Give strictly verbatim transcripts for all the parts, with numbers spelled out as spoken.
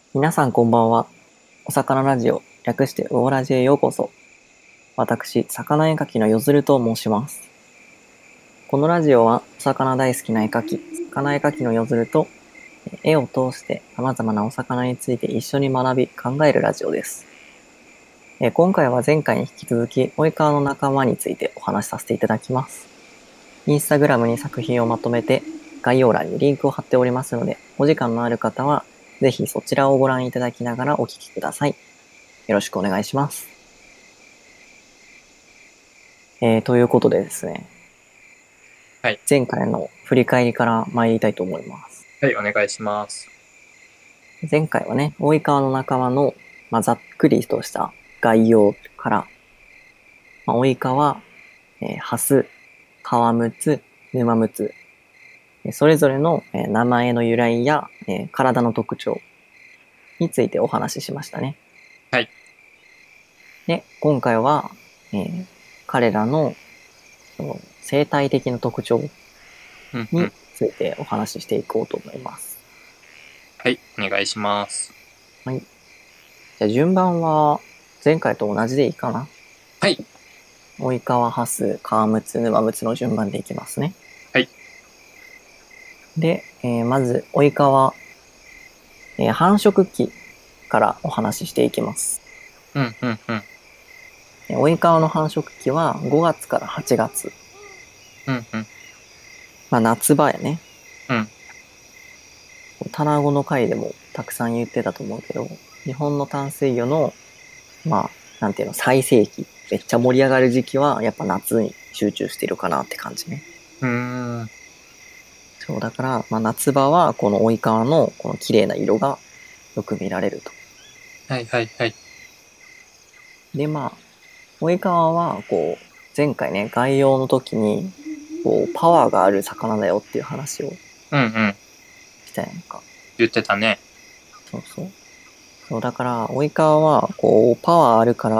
皆さんこんばんは。お魚ラジオ、略してウオラジへようこそ。私、魚絵描きのよずると申します。このラジオは、お魚大好きな絵描き、魚絵描きのよずると、絵を通して様々なお魚について一緒に学び、考えるラジオです。え今回は前回に引き続き、オイカワの仲間についてお話しさせていただきます。インスタグラムに作品をまとめて、概要欄にリンクを貼っておりますので、お時間のある方は、ぜひそちらをご覧いただきながらお聞きください。よろしくお願いします。えー、ということでですね。 はい。 前回の振り返りから参りたいと思います。 はい、お願いします。 前回はね、大井川の仲間の、まあ、ざっくりとした概要から、まあ、大井川、えー、ハス、川ムツ、沼ムツ、それぞれの、えー、名前の由来や、えー、体の特徴についてお話ししましたね。 はい。 で、今回は、えー、彼らのその生態的な特徴にうんうん。 ついてお話ししていこうと思います。 はい、お願いします。 はい。じゃあ順番は前回と同じでいいかな。 はい。 及川、ハス、川ムツ、沼ムツの順番でいきますね。 はい。 で、えー、まず及川、えー、繁殖期からお話ししていきます。 うんうんうん。 及川の繁殖期はごがつからはちがつ。 うんうん。 まあ夏場やね。 うん。 棚子の回でもたくさん言ってたと思うけど、日本の淡水魚の、まあ、なんていうの、最盛期、めっちゃ盛り上がる時期は、やっぱ夏に集中してるかなって感じね。 うーん。 そう、だから、まあ夏場は、この及川の、この綺麗な色がよく見られると。 はいはいはい。 で、まあ、及川は、こう、前回ね、概要の時に、こう、パワーがある魚だよっていう話をうんうん。 したやんか。 言ってたね。 そうそう。そう、だから、及川は、こう、パワーあるから、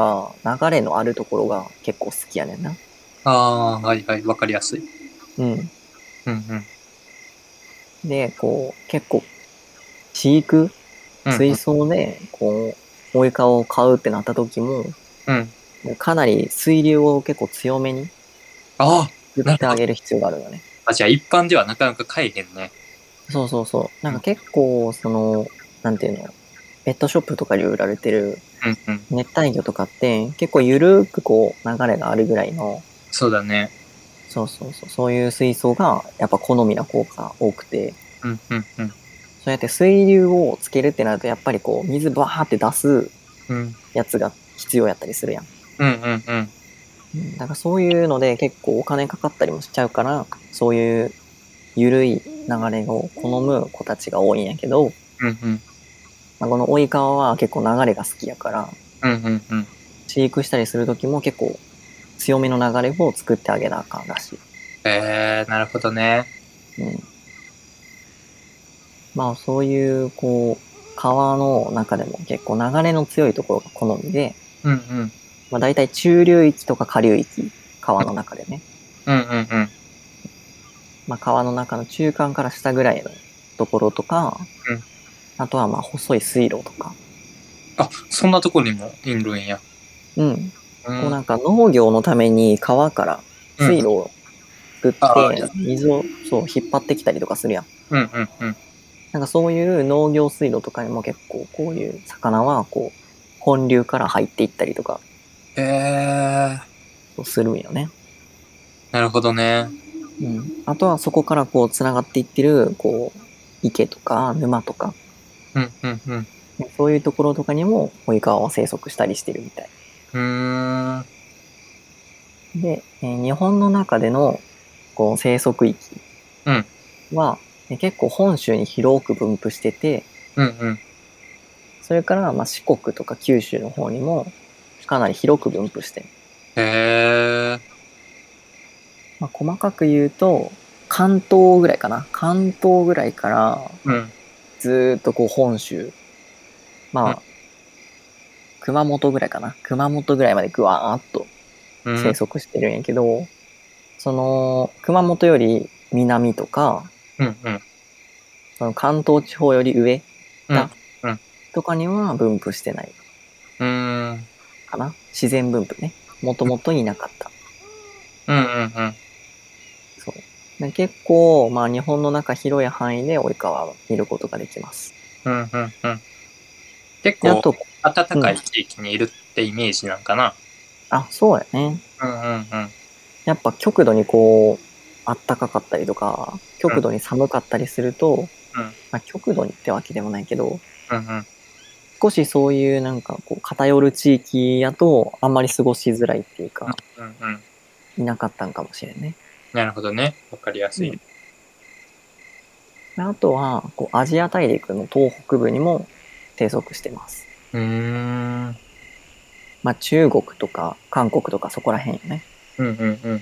流れのあるところが結構好きやねんな。 ああ、はいはい。わかりやすい。 うん。 うんうん。 で、こう、結構、飼育、水うんうん。 槽で、こう、及川を飼うってなった時も、 うん。 かなり水流を結構強めにああ、 作っなるほど。 てあげる必要があるよね。 あ、じゃあ一般ではなかなか買えへんね。 そうそうそう。なんうん。 か結構、その、なんていうの、ペットショップとかで売られてるうんうん。 熱帯魚とかって結構ゆるーくこう流れがあるぐらいの、 そうだね。 そうそうそう、そういう水槽がやっぱ好みな子が多くて、 うんうんうん。 そうやって水流をつけるってなるとやっぱりこう水バーって出すうん。 やつが必要やったりするやん。 うんうんうん。 うん、だからそういうので結構お金かかったりもしちゃうから、そういうゆるい流れを好む子たちが多いんやけど、 うんうん。 まあ、この追い川は結構流れが好きやから、 うんうんうん。 飼育したりする時も結構強めの流れを作ってあげなあかんらしい。 えー、なるほどね。 うん。まあそういう、こう、川の中でも結構流れの強いところが好みで、 うんうん。 まあ大体中流域とか下流域、川の中でね。 うんうんうん。 まあ川の中の中間から下ぐらいのところとか、 うん。 あとはまあ細い水路とか。 あ、そんなとこにもいるんや。 うん。 うん。 こうなんか農業のために川からうん。 水路を作っああ、 て水をそう引っ張ってきたりとかするやん。 うんうんうん。 なんかそういう農業水路とかにも結構こういう魚はこう本流から入っていったりとかへえ、 するんよね。 なるほどね。 うん。あとはそこからこう繋がっていってるこう池とか沼とかうんうんうん。 そういうところとかにもオイカワは生息したりしてるみたい。 うーん。 で、えー日本の中でのこう生息域うん。 はえー結構本州に広く分布してて、 うんうん。 それからまあ四国とか九州の方にもかなり広く分布してる。 へえ。 まあ、細かく言うと、関東ぐらいかな。関東ぐらいからうん。 ずーっとこう本州、 うん。 まあ、熊本ぐらいかな。熊本ぐらいまでぐわーっとうん。 生息してるんやけど、その、熊本より南とか、 うん。うん。 その関東地方より上、 うん。 北うん。 とかには分布してないうん。うんかな。自然分布ね。もともといなかった。 うんうん。 そう。で結構、まあ日本の中広い範囲でオイカワを見ることができます。 うんうんうん。結構、 であと、 暖うん。 かい地域にいるってイメージなんかな。 あ、そうやね。 うんうんうん。 やっぱ極度にこう、あったかかったりとか、極度に寒かったりすると、 うんまあ極度にってわけでもないけど、 うんうん。 少しそういうなんかこう偏る地域やとあんまり過ごしづらいっていうか、 うんうん。 いなかったんかもしれんね。 なるほどね。わかりやすい。 うん、あとはこうアジア大陸の東北部にも生息してます。 うーん。 まあ中国とか韓国とかそこら辺よね。 うんうんうん。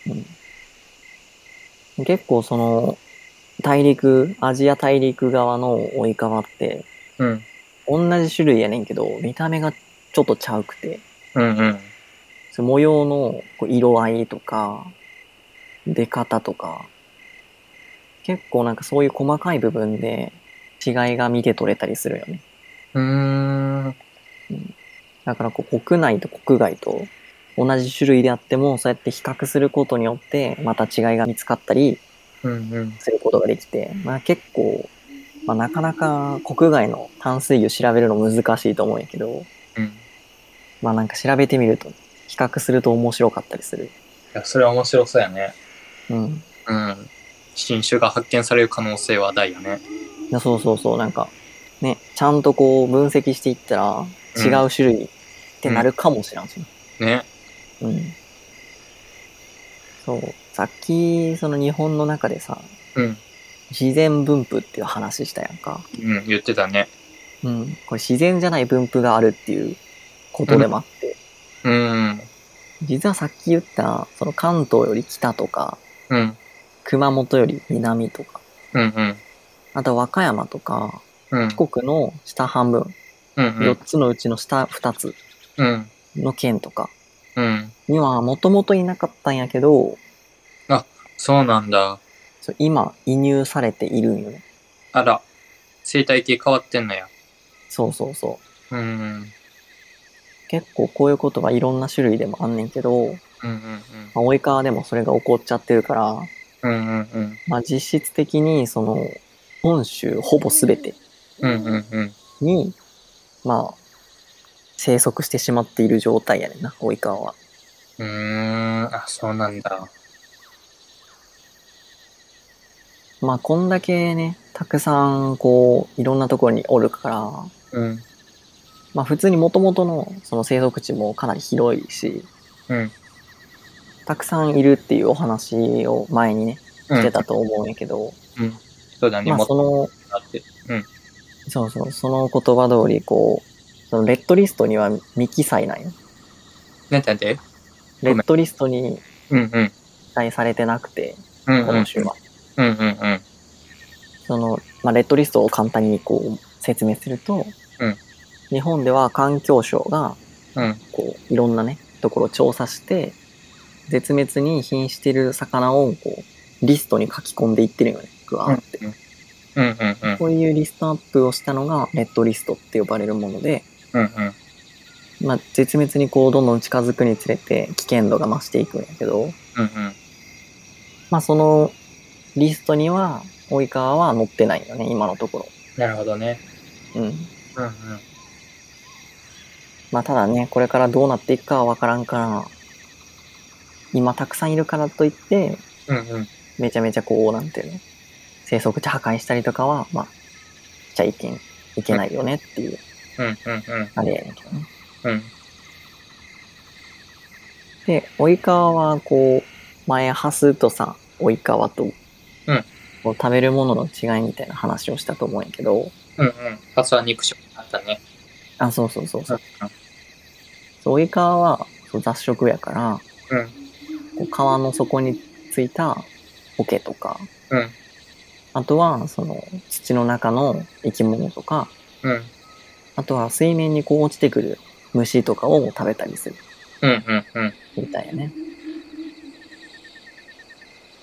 うん、結構その大陸、アジア大陸側のオイカワってうん。 同じ種類やねんけど見た目がちょっとちゃうくて、 うんうん。 その模様のこう色合いとか出方とか結構なんかそういう細かい部分で違いが見て取れたりするよね。 うーん。 うん、だからこう国内と国外と同じ種類であってもそうやって比較することによってまた違いが見つかったりうんうん。 することができて、まあ、結構、まあ、なかなか国外の淡水魚調べるの難しいと思うんやけど、 うん。いまあなんか調べてみると比較すると面白かったりする。 や、それは面白そうやね。 うん。 うん。新種が発見される可能性は大よね。 いやそうそうそう、なんかね、ちゃんとこう分析していったら違う種類ってなるかもしれんしね。 うん、ね。 うん。そう。さっき、その日本の中でさ、 うん。 自然分布っていう話したやんか。 うん、言ってたね。 うん。これ自然じゃない分布があるっていうことでもあって、 うん。 実はさっき言った、その関東より北とか、 うん。 熊本より南とか、 うんうん。 あと和歌山とか、 うん。 四国の下半分、 うんうん。 よっつのうちの下ふたつうん。 の県とかうん。 にはもともといなかったんやけど、 あ、そうなんだ。 そう今移入されているんよね。 あら、生態系変わってんのや。 そうそうそう。 うん。 結構こういうことがいろんな種類でもあんねんけど、 うんうんうん。 まあ、及川でもそれが起こっちゃってるから、 うんうんうん。 まあ、実質的にその本州ほぼ全てうんうんうん。 に、まあ、生息してしまっている状態やねんな、及川は。 うーん、あ、そうなんだ。 まあ、こんだけね、たくさんこう、いろんなところにおるから、 うん。 まあ普通に元々のその生息地もかなり広いし、 うん。 たくさんいるっていうお話を前にね、 うん。 してたと思うんやけど、 うん。そうだね、 まあもっとその、 あって。うん。 そうそう、その言葉通り、こう、そのレッドリストには未記載なんよ。 なんてなんてレッドリストにうんうん。 記載されてなくて、 うんうん。 本州は。 うんうんうん。 その、まあレッドリストを簡単にこう説明すると、 うん。 日本では環境省が、 うん。 こう、いろんなね、ところを調査して、絶滅に瀕している魚を、こう、リストに書き込んでいってるよね、グワーって。 うんうんうん。 こういうリストアップをしたのが、レッドリストって呼ばれるもので、 うんうん。 まあ、絶滅にこう、どんどん近づくにつれて、危険度が増していくんやけど、 うんうん。 まあ、その、リストには、及川は載ってないよね、今のところ。 なるほどね。 うん。 うんうん。 まあ、ただね、これからどうなっていくかはわからんから、今たくさんいるからといって、 うんうん。 めちゃめちゃこう、なんていうの、生息地破壊したりとかは、まあ、しちゃいけん、いけないよねっていう、 うんうんうん。 あれやねんけどね。 うん。 で、及川はこう、前、ハスとさ、及川と、 うんこう食べるものの違いみたいな話をしたと思うんやけど、 うんうん。ハスは肉食だったね。 あ、そうそうそうそう。 うそう及川はそう雑食やから、 んうん。 こう川の底についた苔とか、 うん。 あとはその土の中の生き物とか、 うん。 あとは水面にこう落ちてくる虫とかを食べたりするうんうんうん。 みたいやね。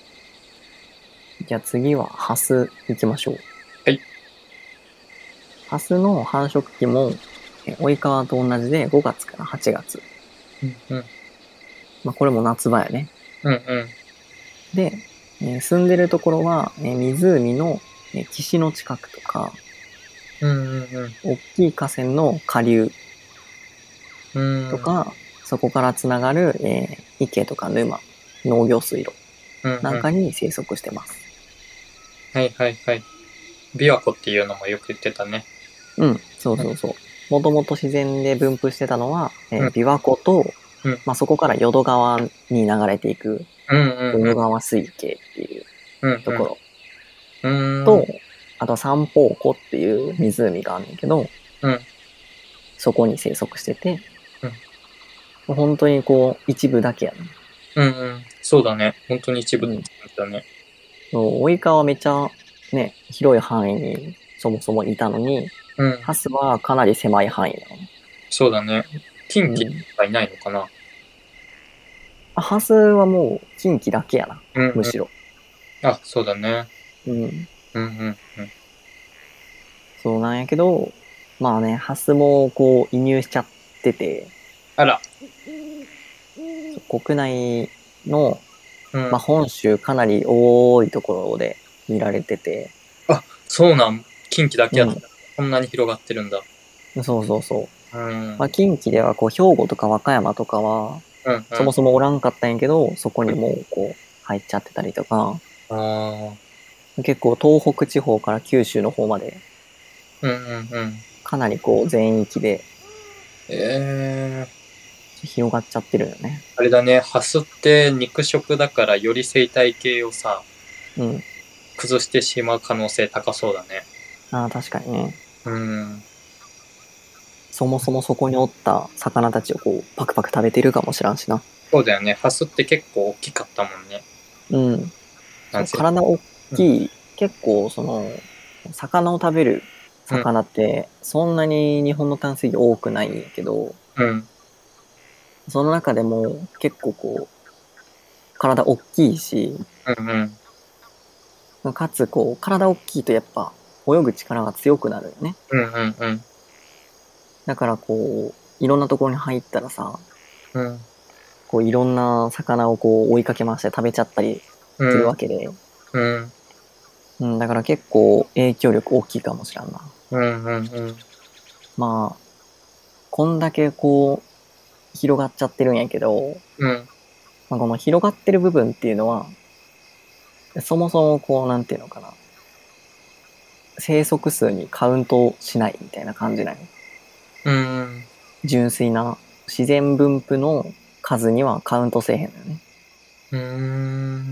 じゃあ次はハス行きましょう。 はい。 ハスの繁殖期も、えオイカワと同じでごがつからはちがつ。 うんうん。 まあ、これも夏場やね。 うんうん。 で、えー住んでるところは、えー湖の、えー岸の近くとか、 うんうん大きい河川の下流うん。 とか、そこからつながる、えー池とか沼、農業水路うんうん。 なんかに生息してます。 はいはいはい。琵琶湖っていうのもよく言ってたね。 うん、そうそうそう。もともと自然で分布してたのは、えーうん琵琶湖と、 うんまあ、そこから淀川に流れていくうんうんうん。 淀川水系っていううんところうん。 と、あと三方湖っていう湖があるんだけど、 うんそこに生息してて、 うんもう本当にこう一部だけやね。 うんうん。そうだね。本当に一部うん。 だね。 そう及川はめちゃね、広い範囲にそもそもいたのに、 うん。 ハスはかなり狭い範囲なのね。 そうだね。近畿うん。 がいないのかな。 あハスはもう近畿だけやな、 うんうん。 むしろ。 あ、そうだね。 うん。 うんうんうん。 そうなんやけど、まあね、ハスもこう移入しちゃってて、 あら。 国内の、 うん。 まあ、本州かなり多いところで見られてて、 あ、そうなん。近畿だけやった。 うん。 こんなに広がってるんだ。 そうそうそう。 うん。 まあ、近畿ではこう兵庫とか和歌山とかは、 うんうん。 そもそもおらんかったんやけど、そこにもうこう入っちゃってたりとか、 ああ。 結構東北地方から九州の方までうんうんうん。 かなりこう全域でええー。 広がっちゃってるよね。 あれだね。ハスって肉食だからより生態系をさ、 うん。 崩してしまう可能性高そうだね。 ああ、確かにね。 うん。 そもそもそこにおった魚たちをこうパクパク食べてるかもしらんしな。 そうだよね。ハスって結構大きかったもんね。 うん。そう、 なんせ。 体大きい、結構その、魚を食べる魚ってそんなに日本の淡水魚多くないんやけど、 うん。 その中でも結構こう、体大きいし、 うんうん。 かつこう、体大きいとやっぱ泳ぐ力が強くなるよね。 うんうんうん。 だからこう、いろんなところに入ったらさ、 うん。 こういろんな魚をこう追いかけ回して食べちゃったりするわけで、 うん。 うん、だから結構影響力大きいかもしらんな。 うんうんうん。 まあ、こんだけこう、広がっちゃってるんやけど、 うん。 まあ、この広がってる部分っていうのは、そもそもこう、なんていうのかな。生息数にカウントしないみたいな感じなの。 うん。 純粋な自然分布の数にはカウントせえへんのよね。 うん。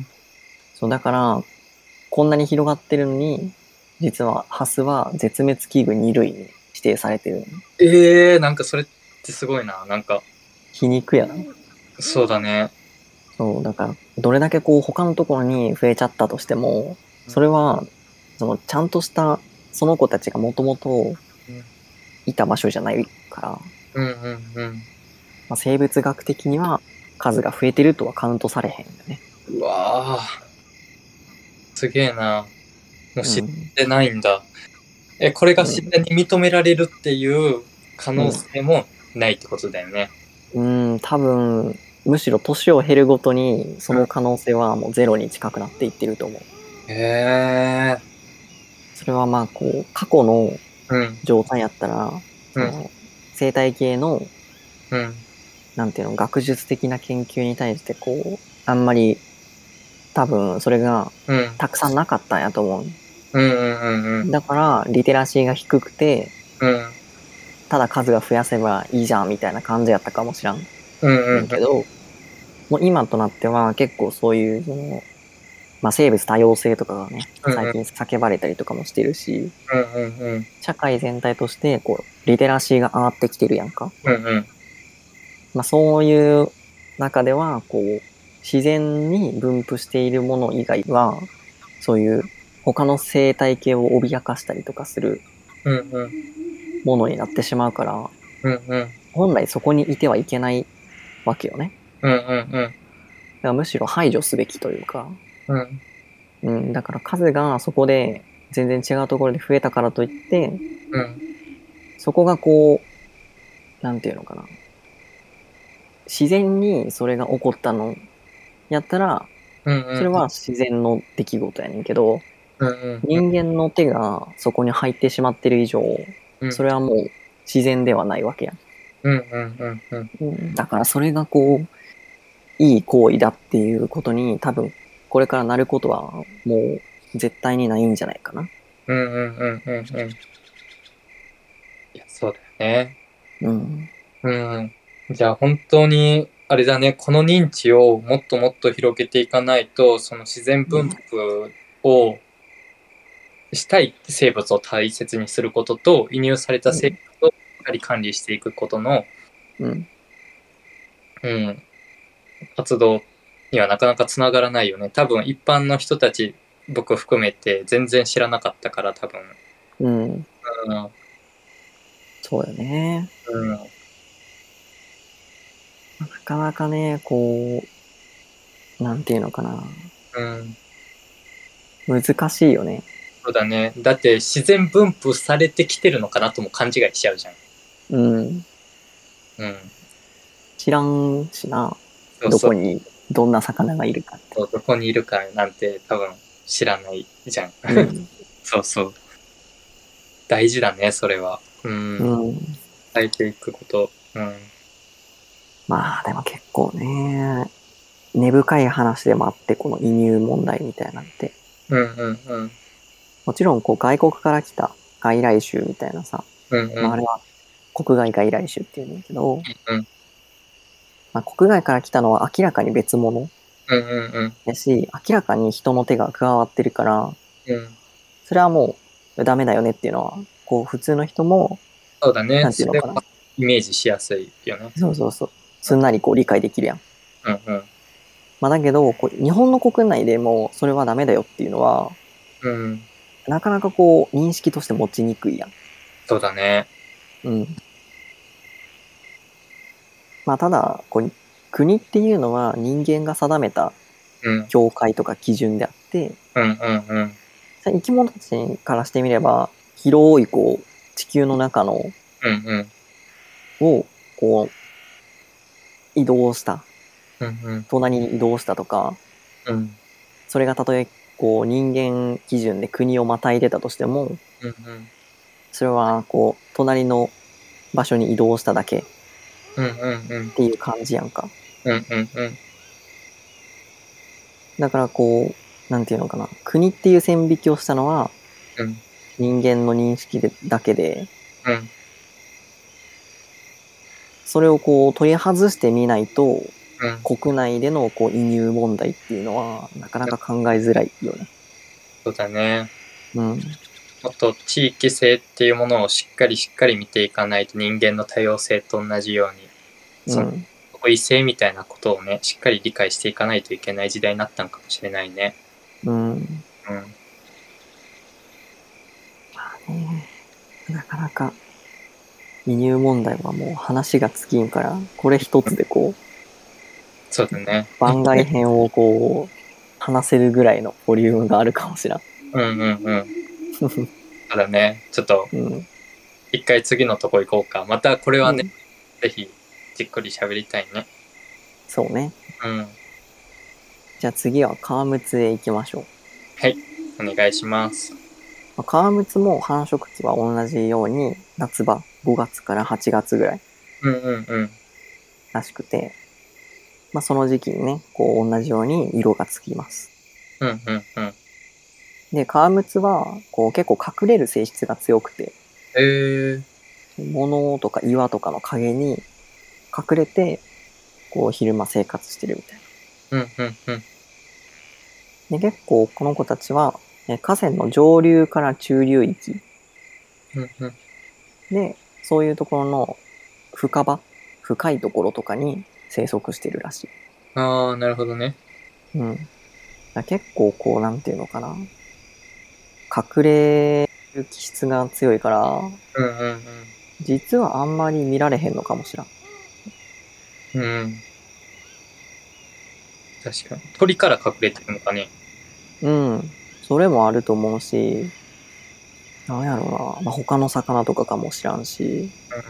そう、だから、こんなに広がってるのに、実はハスは絶滅危惧に類に指定されてるのね。 ええー、なんかそれってすごいな。なんか、 皮肉やな。 そうだね。 そう、だから、どれだけこう他のところに増えちゃったとしても、それは、そのちゃんとしたその子たちがもともといた場所じゃないから、 うんうんうん。 まあ、生物学的には数が増えてるとはカウントされへんよね。 うわあ、すげえな。もう知っうん。 てないんだ。え、これが自然に認められるっていう可能性もないってことだよね。 うん、多分、むしろ年を減るごとにその可能性はもうゼロに近くなっていってると思う。 へえ。 それはまあこう過去のうん。 状態やったら、そうん。 の生態系のうん。 なんていうの学術的な研究に対してこうあんまり多分それがうん。 たくさんなかったんやと思う。 うんうんうんうん。 だからリテラシーが低くてうん。 ただ数が増やせばいいじゃんみたいな感じやったかもしらんうんうんうん。 ねんけど、もう今となっては結構そういうその、まあ、生物多様性とかがね最近叫ばれたりとかもしてるし、 うんうんうん。 社会全体としてこうリテラシーが上がってきてるやんか。 うんうん。 まあ、そういう中ではこう自然に分布しているもの以外はそういう他の生態系を脅かしたりとかするうんうん。 ものになってしまうから、 うんうん。 本来そこにいてはいけないわけよね。 うんうんうん。 だからむしろ排除すべきというか、 うん。 うん、だから数がそこで全然違うところで増えたからといって、 うん。 そこがこう、なんていうのかな。自然にそれが起こったのやったら、 うんうん。 それは自然の出来事やねんけど、 うんうん人間の手がそこに入ってしまってる以上、 うん。 それはもう自然ではないわけやん。 うんうんうんうん。 うんだからそれがこう、いい行為だっていうことに多分、これからなることはもう絶対にないんじゃないかな。 うんうんうんうんうん。いや、そうだよね。 うん。 うん。じゃあ本当に、あれだね、この認知をもっともっと広げていかないと、その自然分布をしたい生物を大切にすることと、移入された生物をしっかり管理していくことの、 うん。 うん、活動にはなかなかつながらないよね。多分一般の人たち、僕含めて全然知らなかったから多分。 うん。 うんそうよね。 うんなかなかね、こう、なんていうのかな。 うん難しいよね。 そうだね。だって自然分布されてきてるのかなとも勘違いしちゃうじゃん。 うん。 うん。 知らんしな。 そうそうどこに、どんな魚がいるかって。 そう。どこにいるかなんて多分知らないじゃん。 うん。 そうそう。大事だね、それは。うん。 うん。 変えていくこと。うん。 まあでも結構ね、根深い話でもあって、この移入問題みたいなんて。 うんうんうん。 もちろんこう外国から来た外来種みたいなさ、 うんうん。 まああれは国外外来種っていうんだけど、 うんまあ、国外から来たのは明らかに別物うんうんうん。 やし、明らかに人の手が加わってるから、 うん。 それはもうダメだよねっていうのは、こう普通の人も、 そうだね。 なんていうのかな。 それはイメージしやすいよね。 そうそうそう。すんなりこう理解できるやん。 うんうん。 まあだけど、こう日本の国内でもそれはダメだよっていうのは、 うん。 なかなかこう認識として持ちにくいやん。 そうだね。 うん。まあただ、こう国っていうのは人間が定めたうん。 境界とか基準であって、 うんうんうん。 生き物たちからしてみれば、広いこう地球の中のうんうん。 をこう移動した、 うんうん。 隣に移動したとか、 うんそれがたとえこう人間基準で国をまたいでたとしても、 うんうん。 それはこう隣の場所に移動しただけっうんうんうん。 ていう感じやんか。 うんうんうん。 だからこう、なんていうのかな、国っていう線引きをしたのはうん人間の認識でだけで、 うんそれをこう取り外してみないと、 うん。 国内でのこう移入問題っていうのはなかなか考えづらいよね。 そうだね。 うん。 もっと地域性っていうものをしっかりしっかり見ていかないと人間の多様性と同じように、そのうん。 異性みたいなことをね、しっかり理解していかないといけない時代になったのかもしれないね。 うん。 うん。 ねなかなか移入問題はもう話が尽きんから、これ一つでこう、 そうだね。 番外編をこう、話せるぐらいのボリュームがあるかもしらん。 うんうんうん。そうだね。ちょっと、 うん。 一回次のとこ行こうか。またこれはね、 うん、 ぜひじっくり喋りたいね。 そうね。 うん。 じゃあ次は革陸へ行きましょう。 はい。お願いします。 まあ革陸も繁殖期は同じように夏場ごがつからはちがつぐらいうんうんうん。 らしくて、まあその時期にね、こう同じように色がつきます。 うんうんうん。 で、革陸はこう結構隠れる性質が強くて、 えー。 物とか岩とかの陰に隠れて、こう昼間生活してるみたいうんうんうん。 な。で、結構この子たちは、河川の上流から中流域うんうん。 で、そういうところの深場、深いところとかに生息してるらしい。 ああ、なるほどね。 うん。だ結構こう、なんていうのかな。隠れる気質が強いから、 うんうん実はあんまり見られへんのかもしらん。 うん。うん。確かに。鳥から隠れてるのかね。 うん。それもあると思うし、 なんやろな、まあ、他の魚とかかもしらんし、 うん、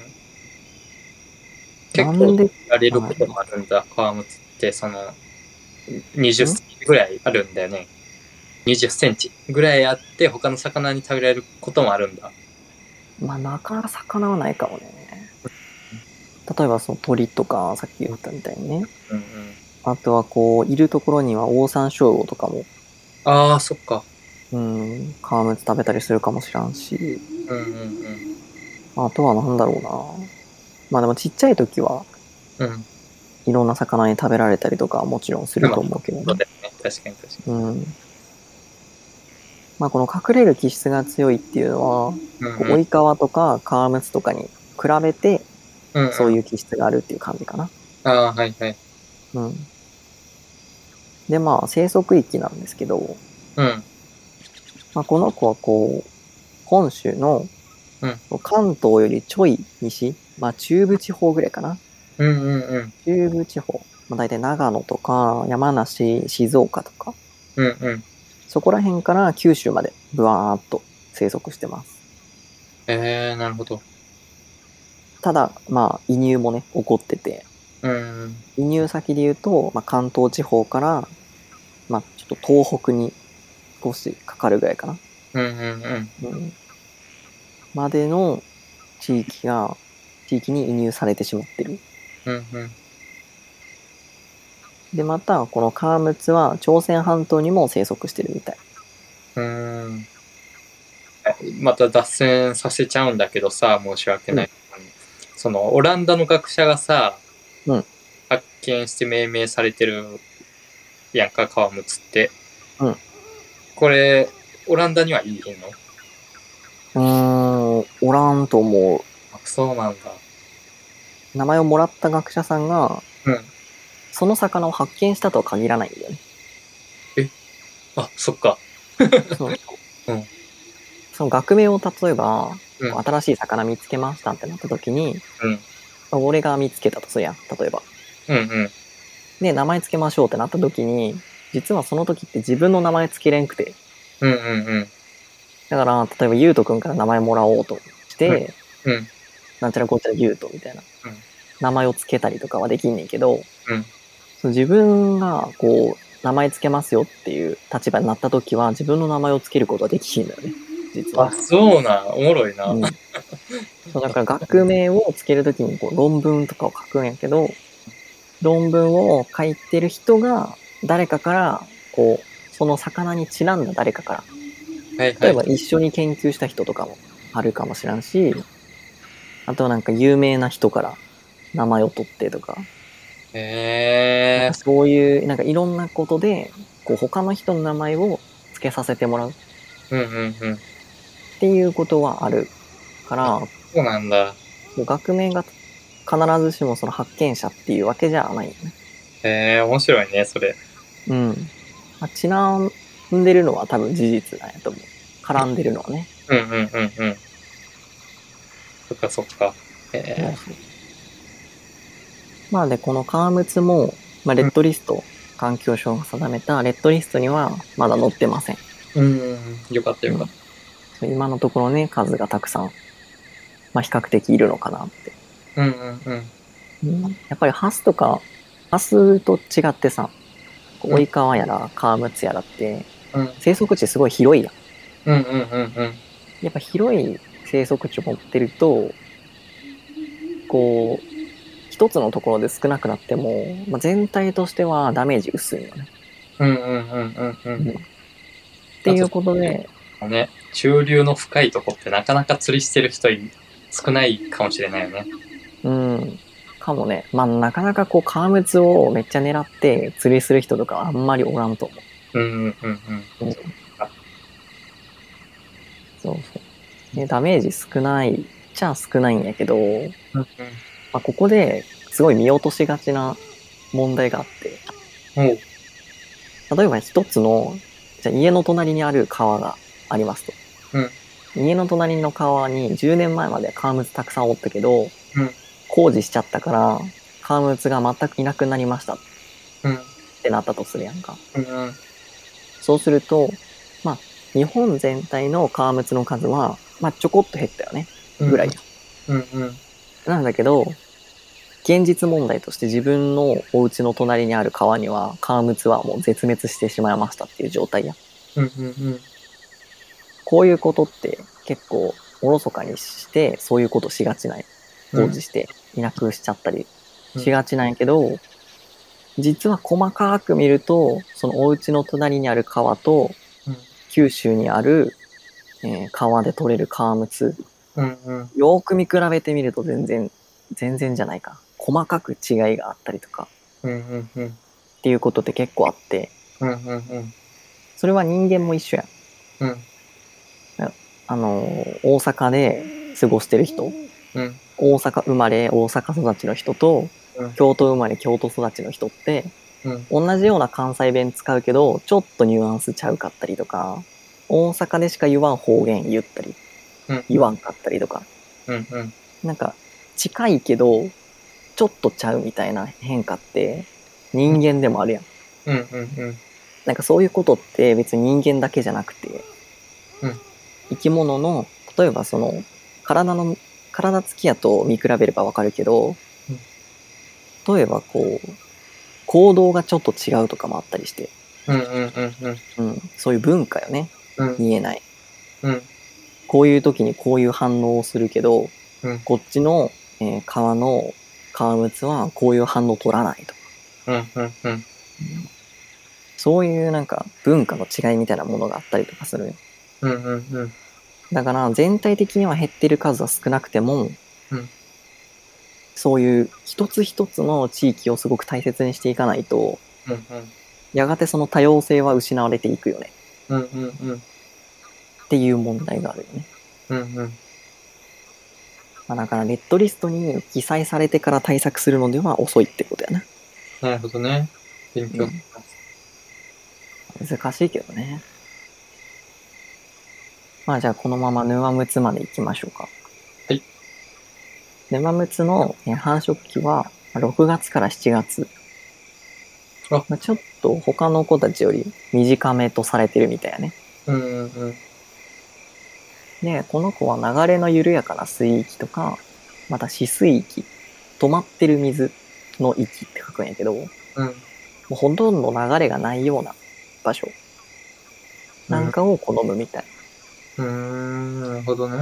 なん結構で、 やれることもあるんだ、カワムツってそのにじゅっんセンチぐらいあるんだよね。にじゅっセンチぐらいあって他の魚に食べられることもあるんだ。 まあなかなか魚はないかもね。例えばその鳥とかさっき言ったみたいにね。 うんうん。 あとはこういるところにはオオサンショウウオとかも、 ああ、そっか。 うん皮むつ食べたりするかもしらんし、 うんうんあとはなんだろうな。まあでもちっちゃい時はうん。うん。 いろんな魚に食べられたりとかはもちろんすると思うけどね。 そうだよね。確かに確かに。 うん。まあこの隠れる気質が強いっていうのは、 うんうん。 こう追い川とか皮むつとかに比べてうんうん、 そういう気質があるっていう感じかな。 ああ、はいはい。 うん。でまあ生息域なんですけど、 うん。 まあ、この子はこう本州のうん関東よりちょい西、まあ中部地方ぐらいかな。 うんうんうん。 中部地方、まあ、大体長野とか山梨、静岡とか、 うんうん。 そこら辺から九州までブワーっと生息してます。 えー、なるほど。 ただ、まあ移入もね、起こってて、 うん。 移入先で言うと、まあ、関東地方から、まあちょっと東北に少しかかるぐらいかな。 うんうんうん。 うん。までの地域が、地域に移入されてしまってる。 うんうん。 で、また、このカワムツは朝鮮半島にも生息してるみたい。 うーん。また脱線させちゃうんだけどさ、申し訳ない。うん、そのオランダの学者がさ、 うん、 発見して命名されてるやんか、カワムツって。 うん。 これ、オランダにはいいの？ うーん、おらんと思う。 あ、そうなんだ。 名前をもらった学者さんが、 うん。 その魚を発見したとは限らないんだよね。 え、あ、そっか。 そう。 うん。 その学名を例えば、 うん。 新しい魚見つけましたってなった時に、 うん。 俺が見つけたとするやん、例えば。 うんうん。 で、名前つけましょうってなった時に、実はその時って自分の名前つけれんくて。 うんうんうん。 だから、例えば、ゆうとくんから名前もらおうとして、 うん。 なんちゃらこっちゃらゆうとみたいな、 うん。 名前をつけたりとかはできんねんけど、 うん。 その自分が、こう、名前つけますよっていう立場になった時は、自分の名前をつけることはできひんのよね、実は。 あ、そうな。おもろいな。 うん。そう、だから学名をつけるときにこう論文とかを書くんやけど、論文を書いてる人が誰かから、こう、その魚にちなんだ誰かから、 はいはい。 例えば一緒に研究した人とかもあるかもしれんし、あとはなんか有名な人から名前を取ってとか、なんへえ。 かそういう、なんかいろんなことで、こう他の人の名前を付けさせてもらうっうんうんうん。 ていうことはあるから、 そうなんだ。 学名が必ずしもその発見者っていうわけじゃないよね。 へえ、面白いね、それ。 うん。まあ、ちなんでるのは多分事実なんやと思う。絡んでるのはね。 うんうんうんうん。そっかそっか。へそうえ。 そう。まあで、このカワムツも、まあ、レッドリスト、環境省が定めたレッドリストにはまだ載ってません。 うん、よかったよかった。 うん、今のところね、数がたくさん、まあ比較的いるのかなって。 うんうんうん。 うん、やっぱりハスとか、ハスと違ってさ、追い川やら、カワムツやらって、 うん、 生息地すごい広いやん。 うんうんうんうん。 やっぱ広い生息地を持ってると、こう、一つのところで少なくなっても、まあ、全体としてはダメージ薄いよね。 うんうんうんうんうん。 うん、っていうことで、 ね、中流の深いとこってなかなか釣りしてる人少ないかもしれないよね。 うん。かもね。まあ、なかなかこう、カワムツをめっちゃ狙って釣りする人とかあんまりおらんと思う。 うんうんうんうん。 うん、そうそう。で、ダメージ少ないっちゃ少ないんやけど、 うんうん、 まあ、ここですごい見落としがちな問題があって、例えば一つの、じゃあ家の隣にある川がありますと。 うん、 家の隣の川にじゅうねんまえまでカワムツたくさんおったけど、 うん、 工事しちゃったから、カワムツが全くいなくなりましたっうん、 てなったとするやんか。 うん、 そうすると、まあ、日本全体のカワムツの数はまあちょこっと減ったよねぐらいや、 うんうんなんだけど現実問題として自分のお家の隣にある川にはカワムツはもう絶滅してしまいましたっていう状態や。 うんうんうんこういうことって結構おろそかにしてそういうことしがちない放置していなくしちゃったりしがちなんやけど、実は細かく見るとそのお家の隣にある川とうん九州にある、えー川で取れるカワムツ、 うんうんよーく見比べてみると全然全然じゃないか細かく違いがあったりとかうんうんうんっていうことって結構あって、 うんうんうんそれは人間も一緒やん。 うんあの大阪で過ごしてる人、 うん大阪生まれ大阪育ちの人とうん京都生まれ京都育ちの人ってうん同じような関西弁使うけどちょっとニュアンスちゃうかったりとか、大阪でしか言わん方言言ったりうん言わんかったりとか、 うんうんなんか近いけどちょっとちゃうみたいな変化って人間でもあるやん。 うんうんうんなんかそういうことって別に人間だけじゃなくて、 うん生き物の例えばその体の体つきやと見比べればわかるけど、例えばこう行動がちょっと違うとかもあったりして、 うんうんうんうん、そういう文化よね、 うん見えない。 うんこういう時にこういう反応をするけど、 うんこっちの、えー川の川ムツはこういう反応取らないとか、 うんうんうんそういうなんか文化の違いみたいなものがあったりとかするよ。 うんうんうんだから全体的には減ってる数は少なくても、 うんそういう一つ一つの地域をすごく大切にしていかないと、 うんうんやがてその多様性は失われていくよねうんうんうんっていう問題があるよね。 うんうんまあ、だからレッドリストに記載されてから対策するのでは遅いってことやな。 なるほどね。勉強になります。 難しいけどね。まあじゃあこのまま沼ムツまで行きましょうか。 はい。 沼ムツの繁殖期はろくがつからしちがつ。 あまあ、ちょっと他の子たちより短めとされてるみたいやね。 うんうんうんで、この子は流れの緩やかな水域とか、また止水域、止まってる水の域って書くんやけど、もうんうほとんど流れがないような場所なんかを好むみたい。 うーん、なるほどね。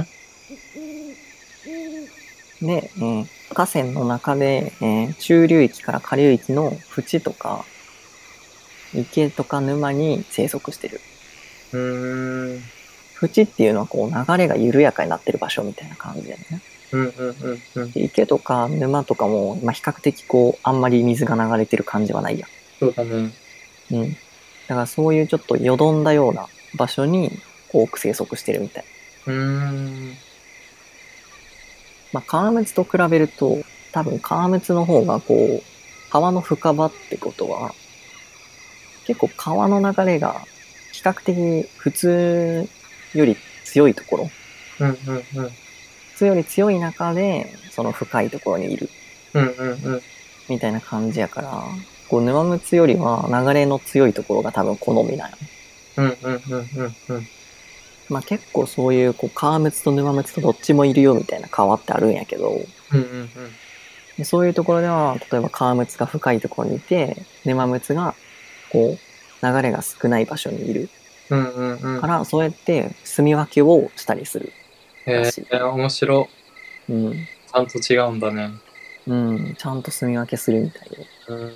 で、えー河川の中で、えー中流域から下流域の淵とか池とか沼に生息してる。 うーん淵っていうのはこう流れが緩やかになってる場所みたいな感じだよね。 うんうんうんうんで池とか沼とかも、まあ、比較的こうあんまり水が流れてる感じはないやん。 そうだね。 うん。だからそういうちょっとよどんだような場所に多く生息してるみたい。 うーんまあ、川ムツと比べると、多分川ムツの方がこう、川の深場ってことは、結構川の流れが比較的普通より強いところ、 うんうんうん普通より強い中で、その深いところにいるうんうんうんみたいな感じやから、こう沼ムツよりは流れの強いところが多分好みなんよね。 うんうんうんうんうんまあ結構そういうこう川ムツと沼ムツとどっちもいるよみたいな川ってあるんやけど、 うんうんでそういうところでは例えば川ムツが深いところにいて沼ムツがこう流れが少ない場所にいるうんうんうんから、そうやって住み分けをしたりするらへしい。 え、面白。 うん、 ちゃんと違うんだね。 うん、ちゃんと住み分けするみたいで。 うん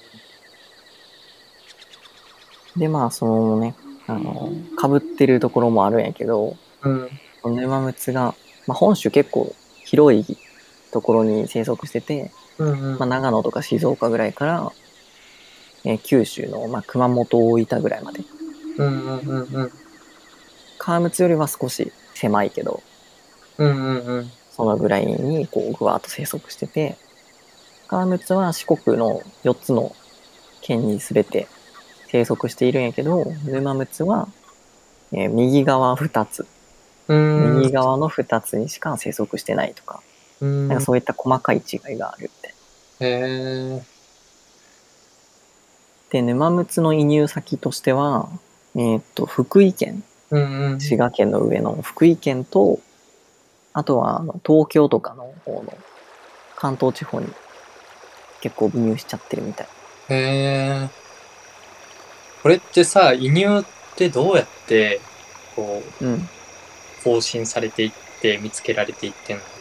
でまあそのね、あの被ってるところもあるんやけど、 うん沼ムツが、まあ、本州結構広いところに生息してて、 うんうんまあ、長野とか静岡ぐらいから、えー九州の、まあ、熊本大分ぐらいまで。 うんうんうんうん川ムツよりは少し狭いけど、 うんうんうんそのぐらいにこうぐわーっと生息してて、川ムツは四国のよっつの県に全て生息しているんやけど、沼ムツは、えー右側ふたつ、 うん右側のふたつにしか生息してないとか、 うんなんかそういった細かい違いがあるみたい。 へえで、沼ムツの移入先としては、えーっと、福井県、 うんうん滋賀県の上の福井県と、 あとはあの東京とかの方の関東地方に結構輸入しちゃってるみたい。 へえ。これってさ、輸入ってどうやってこううん。 更新されていって見つけられていってんの？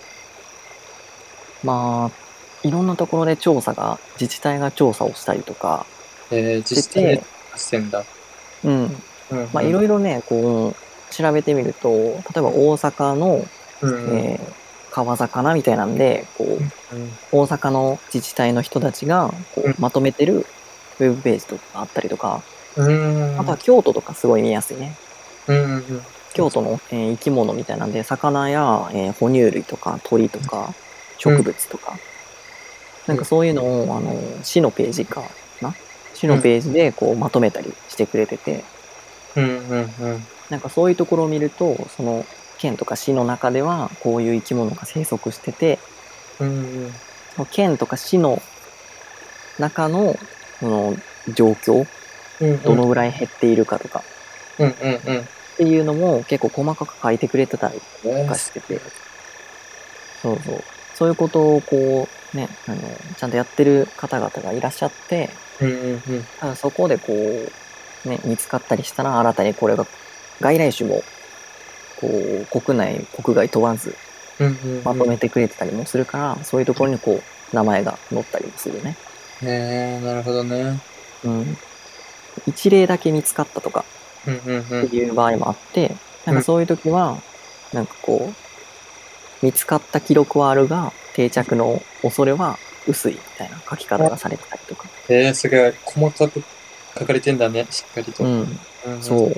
まあ、いろんなところで調査が、自治体が調査をしたりとかえー、 して自治体でて、 発せんだ。 うん。 うんまあ、いろいろね、こう、調べてみると、例えば大阪の、 うんうんえー川魚みたいなんで、こう、 うん大阪の自治体の人たちが、こうんう、まとめてるウェブページとかあったりとか、 うんあとは京都とかすごい見やすいね。 うんうん京都の、えー生き物みたいなんで、魚や、えー哺乳類とか鳥とか植物とか、なんかそういうのを、あの、市のページかな市のページでこうまとめたりしてくれてて、 うんうんうんなんかそういうところを見ると、その県とか市の中ではこういう生き物が生息してて、 うんその県とか市の中のその状況、 うんどのぐらい減っているかとかうんうんうん。 っていうのも結構細かく書いてくれてたりとえーかしてて、そうそう。そういうことをこう、ね、あの、ちゃんとやってる方々がいらっしゃって、 うんうんうんただそこでこう、ね、見つかったりしたら新たにこれが外来種もこう国内国外問わずうんうんまとめてくれてたりもするから、そういうところにこう名前が載ったりもするね。 ねえ、なるほどね。 うん。一例だけ見つかったとかうんうんうんっていう場合もあって、なんかそういう時は、なんかこう、見つかった記録はあるが、定着の恐れは薄いみたいな書き方がされてたりとか。 えー、すごい細かく書かれてんだね、しっかりと。 うん。 うんうんそう。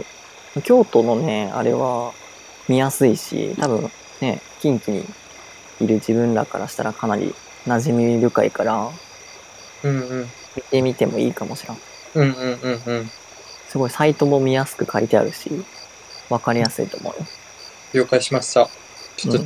京都のね、あれは見やすいし、多分ね、近畿にいる自分らからしたらかなり馴染み深いから、 うんうん見てみてもいいかもしらん。 うんうんうんうん。 すごいサイトも見やすく書いてあるし、わかりやすいと思うよ。 了解しました。ちょっと、 うん。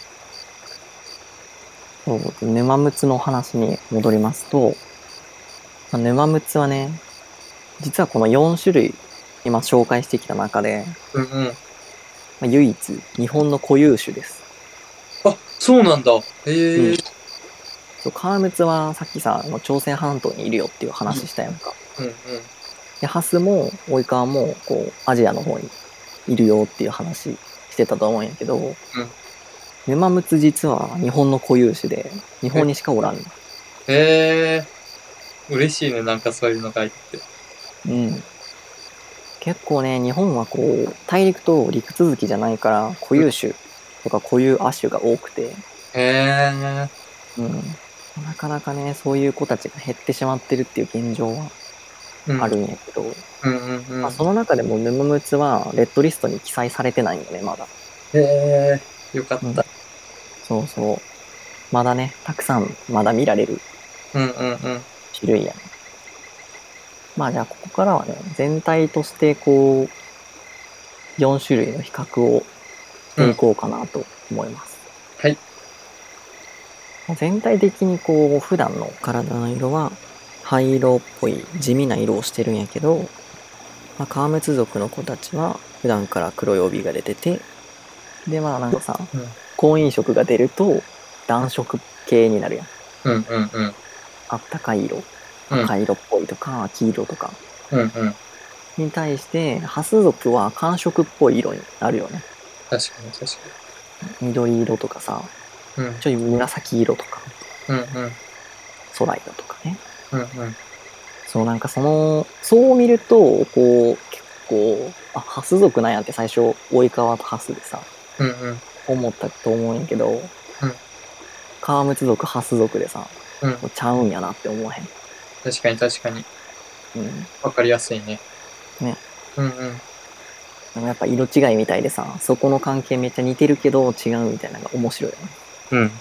そう、沼ムツの話に戻りますと、まあ沼ムツはね、実はこのよん種類今紹介してきた中で、 うんうん。 まあ、唯一日本の固有種です。 あ、そうなんだ。へえ。 うん。そう、カワムツはさっきさ、あの朝鮮半島にいるよっていう話したやんか。 うんうん。 で、ハスもオイカワもこうアジアの方にいるよっていう話してたと思うんやけど、ヌマムツ実は日本の固有種で日本にしかおらん。 へえ。嬉しいね、なんかそういうのがいって。 うん。結構ね、日本はこう大陸と陸続きじゃないから固有種とか固有亜種が多くて、 へえ。 うん。なかなかね、そういう子たちが減ってしまってるっていう現状はうんあるんやけど、 うんうんうん。 まあ、その中でもヌマムツはレッドリストに記載されてないんよね、まだ。 へえ。よかっうん。 た。 そうそう。まだね、たくさんまだ見られるうんうんうん。 種類やね。まあじゃあここからはね、全体としてこう、よん種類の比較をしていこうかなと思います。 はい。 全体的にこう、普段の体の色は灰色っぽい地味な色をしてるんやけど、まあ、カワムツ族の子たちは普段から黒い帯が出てて、でまあなんかさ、 うん婚姻色が出ると暖色系になるやん。 うんうんうん。 あったかい色、 うん赤色っぽいとか黄色とかうんうん。 に対して、ハス族は寒色っぽい色になるよね。 確かに確か緑色とかさ、 に。うんちょい紫色とか、 うんうん空色とかね。 うんうん。 そうなんかその、そう見ると、こう、結構、あ、ハス族なんやって最初、及川とハスでさ、 うんうん思ったと思うんやけど、カワムツ族、ハス族でさ、 うん。 ちゃうんやなって思わへん。 確かに確かに。 うん。 わかりやすいね。 ね。 うんうん。 でもやっぱ色違いみたいでさ、そこの関係めっちゃ似てるけど違うみたいなのが面白いよね。 うん。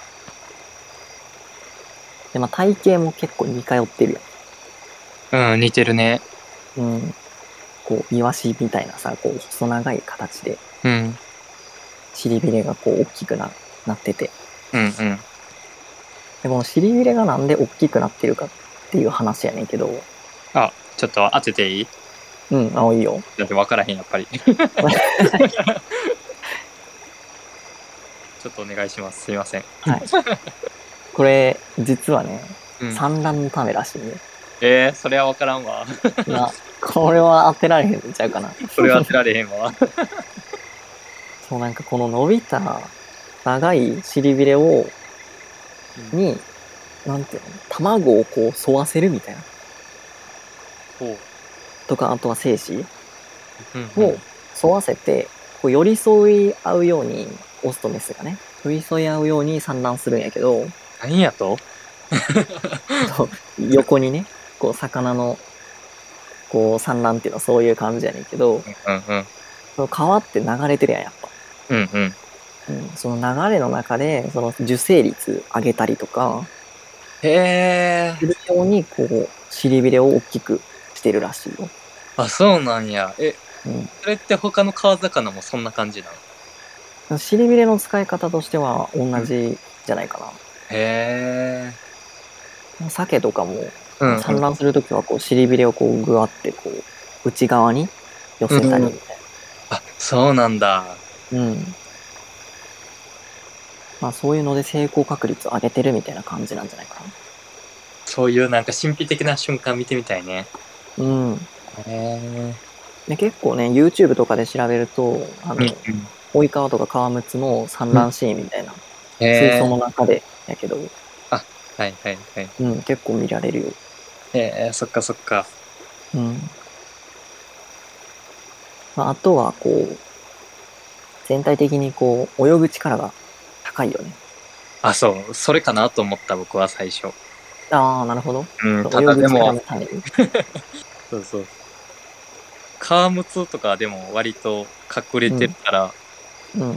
で、まあ体型も結構似通ってるやうん、似てるね。 ん。うん。こう、イワシみたいなさ、こう、細長い形で、 うん。 尻びれがこう、大きくな、なってて。 うんうん。 で、この尻びれがなんで大きくなってるかっていう話やねんけど、 あ、ちょっと当てていい？ うん、青いよ。 だって分からへん、やっぱり。 ちょっとお願いします。すいません。 はい。これ、実はね、 うん、 産卵のためらしいね。 えー、それは分からんわ。 な、これは当てられへんのちゃうかな。 それは当てられへんわ。 そう、なんかこの伸びた長い尻びれを、に、なんていうの、卵をこう沿わせるみたいな。 ほう。 とか、あとは精子うんうんを沿わせて、こう寄り添い合うように、オスとメスがね、寄り添い合うように産卵するんやけど、 何やとそう横にね、こう魚の、こう産卵っていうのはそういう感じやねんけど、 うんうん。 その川って流れてるやん、やっぱ。 うんうん。 うん、その流れの中で、その受精率上げたりとか、 へえ。 するように、こう、尻びれを大きくしてるらしいよ。 あ、そうなんや。え、 うん。 それって他の川魚もそんな感じなの？ 尻びれの使い方としては同じじゃないかへえ。 な。鮭とかもうんうん。 産卵するときはこう尻びれをこうぐわってこう内側に寄せたりみたいあ、そうなんだ。 な。うん。まあそういうので成功確率を上げてるみたいな感じなんじゃないかそういうなんか神秘的な瞬間見てみたいね。 な。うん。 へえ。 で結構ね、YouTube とかで調べると、あの、 うんうん。 追い川とか川睦の産卵シーンみたいな、水槽へえ。 の中でやけど、 あ、はいはいはい。 うん、結構見られるよ。 へえ、そっかそっか。 うん。まあ、あとはこう、全体的にこう、泳ぐ力が高いよね。 あ、そう、それかなと思った僕は最初。 ああ、なるほど。 うん、 そうた泳ぐ力だでも、 のために。 そうそう。川睦とかでも割と隠れてるから、 うん。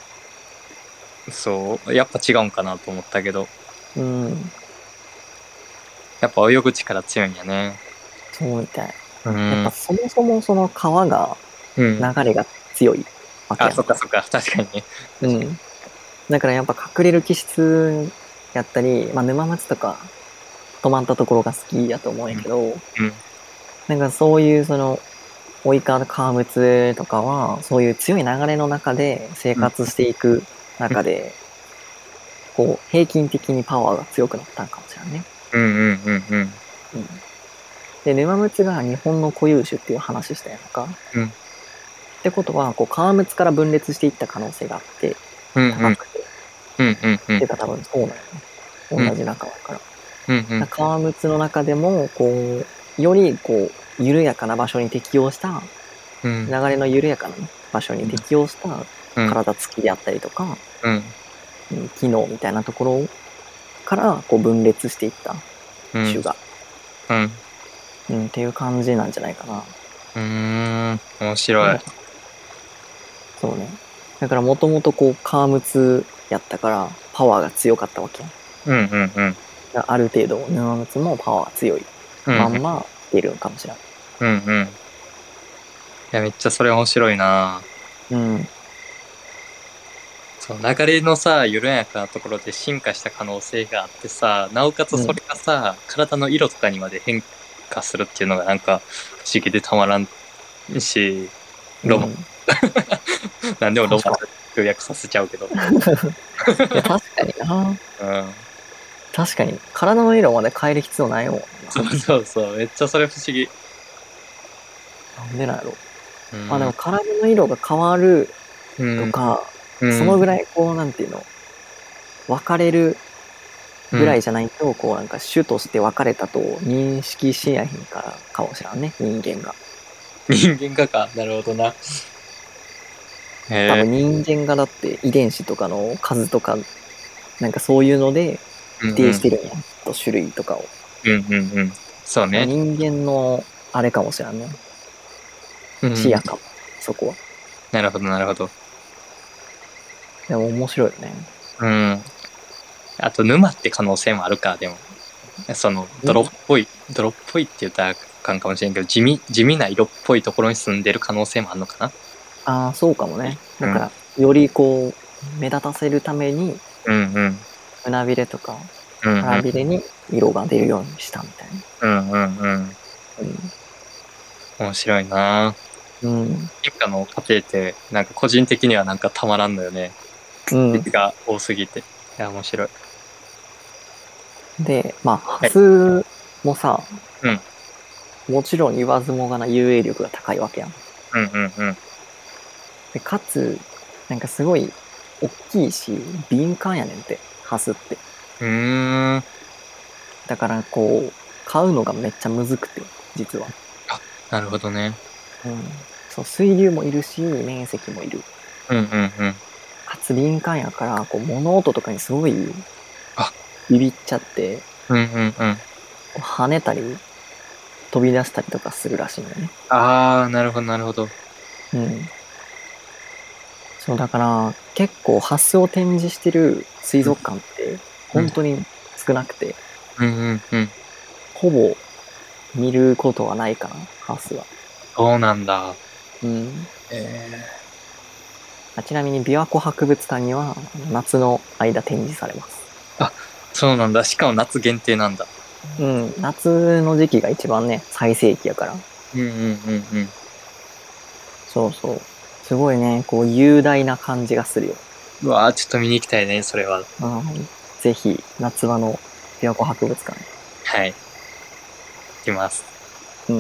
そう、やっぱ違うんかなと思ったけど、 うん。 やっぱ泳ぐ力強いんやね。 そうみたい。 うん。 やっぱそもそもその川が、 うん。 流れが強いわけあ、 やんか。 そっかそっか、確かにね。 うん。だからやっぱ隠れる気質やったり、まあ沼松とか止まったところが好きやと思うんやけど、 うん。 なんかそういうその、追い川川睦とかは、そういう強い流れの中で生活していく中で、こう、平均的にパワーが強くなったんかもしれないね。 うんうんうんうん。 うん。で、沼睦が日本の固有種っていう話したやんか。 うんってことは、こう、川睦から分裂していった可能性があって、 うんうん高くて。 うんうんうんていうか多分そうなのね。同じ仲間から。 うんうん川睦の中でも、こう、より、こう、緩やかな場所に適応した、 うん流れの緩やかな場所に適応したうん体つきであったりとか、 うんうん機能みたいなところから、こう、分裂していったうん種が、 うんうん、っていう感じなんじゃないかな。 うーん、面白い。 そうね。だからもともとこう、川睦やったから、パワーが強かったわけやん。 うんうんうんある程度、沼睦もパワー強いうんまんま出るかもしれない。 うんうん。いや、めっちゃそれ面白いな。 うん。 そう、流れのさ、緩やかなところで進化した可能性があってさ、なおかつそれがさ、体の色とかにまで変化するっていうのがなんか不思議でたまらんし、ロマン、 うん、 なんでもロマン予約させちゃうけど。 いや確かにな。 うん。 確かに。体の色まで変える必要ないもんな。 そうそうそう、めっちゃそれ不思議。 なんでなんやろ。 うん、 まあでも体の色が変わるうん、 とか、 うん、 そのぐらいこう、なんていうの、分かれるぐらいじゃないと、こうなんか種として分かれたと認識しやへんからかもしらんね、人間が。 人間がか、なるほどな。 多へえ。 分人間がだって遺伝子とかの数とか、なんかそういうので否定してるんや、きっと種類とかを。 うんうんうん。そうね。 人間のあれかもしらんね。 うん、 視野かも、そこは。 なるほどなるほど。 でも面白いよね。 うん。あと沼って可能性もあるか、でも。その泥っぽい、泥っぽいって言ったらあかんかもしれんけど、地味、地味な色っぽいところに住んでる可能性もあるのかな。 ああ、そうかもね。だから、よりこう、目立たせるために、 うんうん。 胸びれとかうんうん。 腹びれに色が出るようにしたみたいうんうんうん。 な。 面白いな。 うん。うん。 進化の過程って、なんか個人的にはなんかたまらんのよね。 うん。 が多すぎて。いや、面白い。 で、まあ、ハスもさ、 うん。 もちろん言わずもがな遊泳力が高いわけやん。 うんうんうん。 で、かつ、なんかすごい大きいし、敏感やねんって、ハスって。 うーん。 だからこう、飼うのがめっちゃむずくて、実は。 なるほどね。 うん。そう、水流もいるし、面積もいる。 うんうんうん。 かつ敏感やから、こう、物音とかにすごいあ、 ビビっちゃって、 うんうんうん。 こう跳ねたり、飛び出したりとかするらしいんだよね。 ああ、なるほどなるほど。 うん。そう、だから、結構発想を展示してる水族館って、本当に少なくて、 うんうんうん。 ほぼ見ることはないかな、ハスは。 そうなんだ。 うん。 えあちなみに琵琶湖博物館には夏の間展示されます。 ー、あ、そうなんだ。しかも夏限定なんだ。 うん。夏の時期が一番ね、最盛期やから。 うんうんうんうん。 そうそう。すごいね、こう雄大な感じがするよ。 うわー、ちょっと見に行きたいね、それは。 うん。ぜひ、夏場の琵琶湖博物館。 はい。行きます。 うん。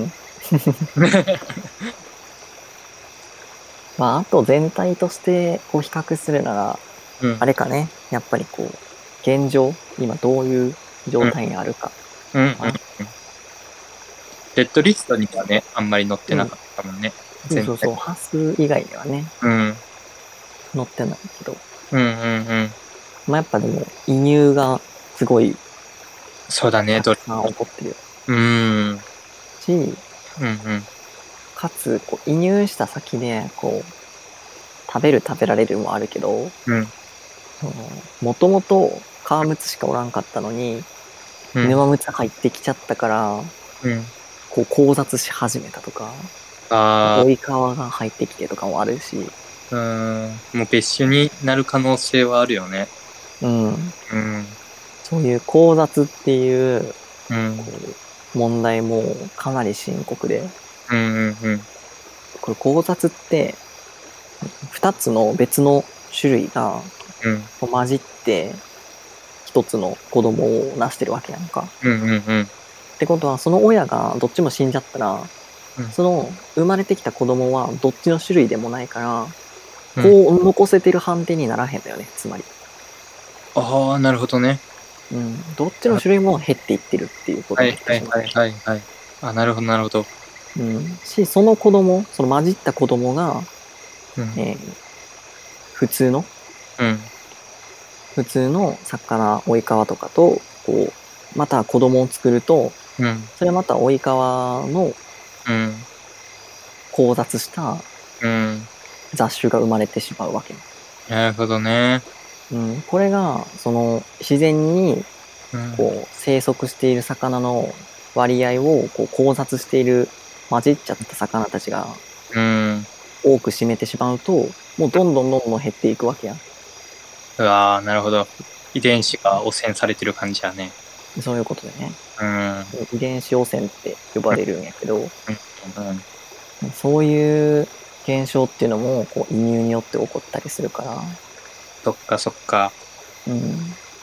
まあ、あと全体としてこう比較するなら、 うん。 あれかね、やっぱりこう、現状、今どういう状態にあるか。 うんうんうん。 あレッドリストにはね、あんまり載ってうん。 なかったもんね。全体。 そうそうそう、ハス以外にはね、 うん。 載ってないけど、 うんうんうん。 まあやっぱでも移入がすごいそうだね、どれ。 たくさん起こってるうーん。 し、 うんうん。 かつ、こう移入した先で、こう、食べる食べられるもあるけど、 うん。 その、もともと川ムツしかおらんかったのに、 うん。 沼ムツ入ってきちゃったから、 うん。 こう交雑し始めたとか、 あ追い川が入ってきてとかもあるし、 あ、うーん。もう別種になる可能性はあるよね。 うん、 うん。 そういう交雑っていううん。 こう問題もかなり深刻で、 うんうんうん。 これ交雑って二つの別の種類がうん混じって一つの子供を成してるわけやんか。 うんうんうん。 ってことはその親がどっちも死んじゃったら、 うんその生まれてきた子供はどっちの種類でもないから、 うんこう残せてる判定にならへんだよね、つまり。 ああ、なるほどね。 うん。どっちの種類も減っていってるっていうことはになってしまう。 いはいはいはいはい。あ、なるほどなるほど。 うん。し、その子供、その混じった子供が、 うんえー普通の、 うん普通の魚、追い川とかと、こう、また子供を作ると、 うんそれまた追い川のうん交雑したうん雑種が生まれてしまうわけ。 なるほどね。 うん。これが、その、自然に、 うんこう、生息している魚の割合を、こう、交雑している、混じっちゃった魚たちがうん多く占めてしまうと、もうどんどんどんどん減っていくわけやん。 うわーなるほど。遺伝子が汚染されてる感じやね。 そういうことでね。 うんうん遺伝子汚染って呼ばれるんやけど、 うんそういう現象っていうのも、こう、移入によって起こったりするから、 そっかそっか。 うん。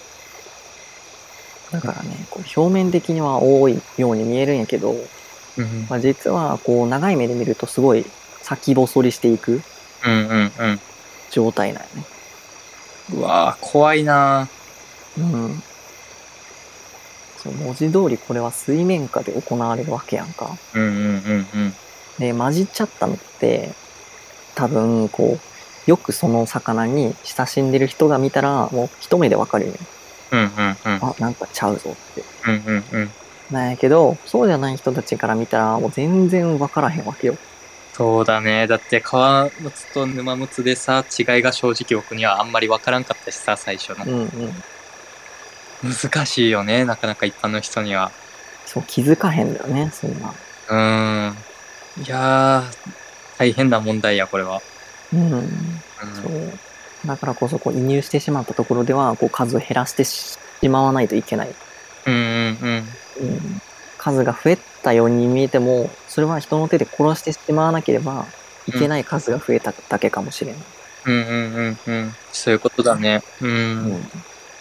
だからね、こう表面的には多いように見えるんやけど、 うんまあ、実はこう長い目で見るとすごい先細りしていくうんうんうん状態なんよね。 うわー怖いなうん。そう、文字通りこれは水面下で行われるわけやんか。 ーうんうんうんうんで、混じっちゃったのって、多分、こう、よくその魚に親しんでる人が見たら、もう一目でわかるよね。 うんうんうんあ、なんかちゃうぞって。 うんうんうんなんやけど、そうじゃない人たちから見たら、もう全然わからへんわけよ。 そうだね。だって川むつと沼むつでさ、違いが正直僕にはあんまりわからんかったしさ、最初の。 うんうん。 難しいよね、なかなか一般の人には。 そう、気づかへんだよね、そんな。 うーん。いやー、大変な問題や、これは。 うん。 うん。 そう。だからこそ、こう、移入してしまったところでは、こう、数を減らしてしまわないといけない。 うんうんうん。 うん。数が増えたように見えても、それは人の手で殺してしまわなければいけない数が増えただけかもしれない。 ううんうんうんうん。そういうことだね。うん。 うん。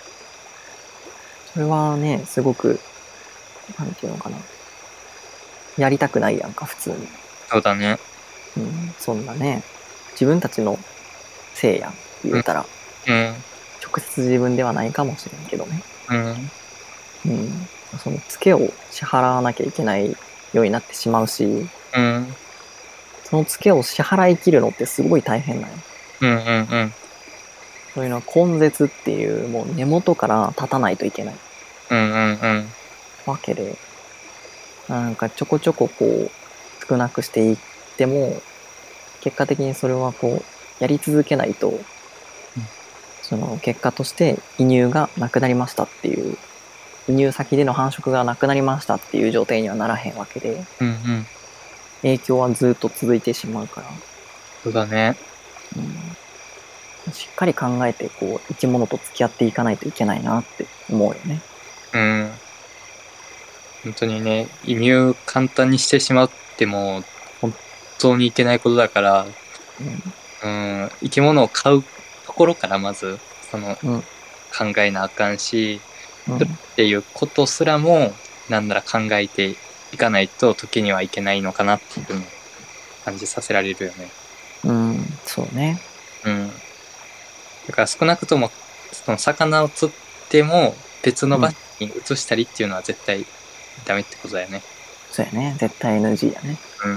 それはね、すごく、なんていうのかな。やりたくないやんか、普通に。 そうだね。 うん。そんなね、自分たちのせいやん、言うたら。 うん。 直接自分ではないかもしれんけどね。 うん。 うん。そのツケを支払わなきゃいけないようになってしまうし、 うん。 そのツケを支払い切るのってすごい大変なんよ。 うんうんうん。 そういうのは根絶っていう、もう根元から立たないといけないうんうんうん。 わけで、なんかちょこちょここう、少なくしていっても、結果的にそれはこう、やり続けないと、その結果として移入がなくなりましたっていう、移入先での繁殖がなくなりましたっていう状態にはならへんわけで、 うんうん。 影響はずっと続いてしまうから、 そうだね。 うん、しっかり考えてこう、生き物と付き合っていかないといけないなって思うよね。 うん。本当にね、移入簡単にしてしまっても、本当にいけないことだから、うん、生き物を飼うところからまず、その、 うん、うん、 考えなあかんし、 うん、 っていうことすらも、なんなら考えていかないと時にはいけないのかなっていうのを感じさせられるよね。 うん、そうね。 うん。だから少なくとも、その魚を釣っても別のうん、 場所に移したりっていうのは絶対ダメってことだよね。 そうやね。絶対 エヌジー やね。 うん。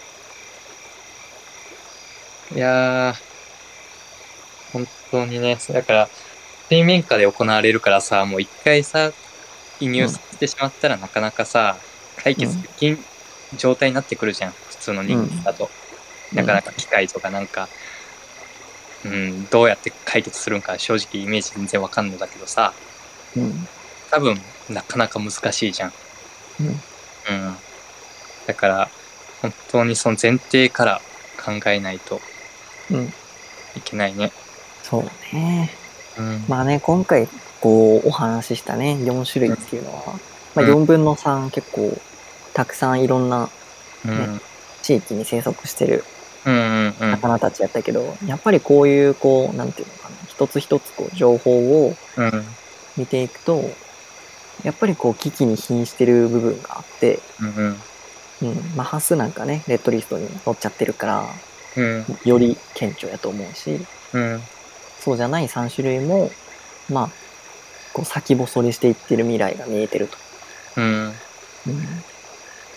いやー、本当にね、だから、水面下で行われるからさ、もう一回さ、移うん、 入させてしまったらなかなかさ、解うん、 決できん状態になってくるじゃん。普通の人うん、 間だと。 うん、 なかなか機械とかなんか、うん、どうやって解決するんか正直イメージ全然わかんのだけどさ、 うん、 多分なかなか難しいじゃん。 うん、 うん。だから、本当にその前提から考えないとうん。 いけないね。 そうね。 うん。 まあね、今回、こう、お話ししたね、よん種類っていうのは、まあうん。 よんぶんのさん結構、たくさんいろんなね、 うん。 地域に生息してるうん。うん。 魚たちやったけど、やっぱりこういう、こう、なんていうのかな、一つ一つこう、情報をうん。 見ていくと、やっぱりこう、危機に瀕してる部分があって、 うん。 うん、まあ、ハスなんかね、レッドリストに載っちゃってるから、 うん。 より顕著やと思うし、 うん。 そうじゃないさん種類も、まあ、こう先細りしていってる未来が見えてると。 うん。 うん、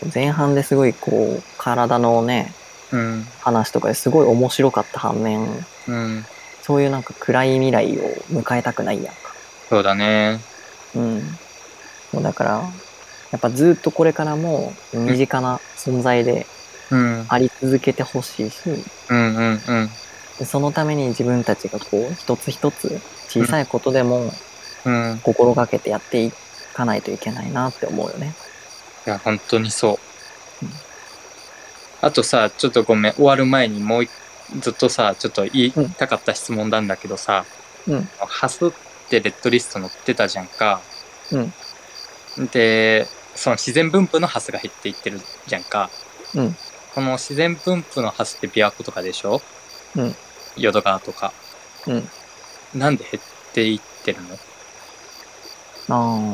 前半ですごいこう、体のね、 うん。 話とかですごい面白かった反面、 うん。 そういうなんか暗い未来を迎えたくないやんか。 そうだね。 うん。もうだから、やっぱずっとこれからもうん。 身近な存在でうん。 あり続けてほしいし、 うん。うん。うん。 でそのために自分たちがこう、一つ一つ小さいことでもうん。 心がけてやっていかないといけないなって思うよね。 いや、本当にそう。あとさ、ちょっとごめん、終わる前にもうずっとさ、ちょっと言いうん、 たかった質問なんだけどさ、 うん、 ハスってレッドリスト載ってたじゃんか。 うん、 で、その自然分布のハスが減っていってるじゃんか。 うん、 この自然分布のハスって琵琶湖とかでしょ、 うん、 淀川とか。 うん。 なんで減っていってるの？ あ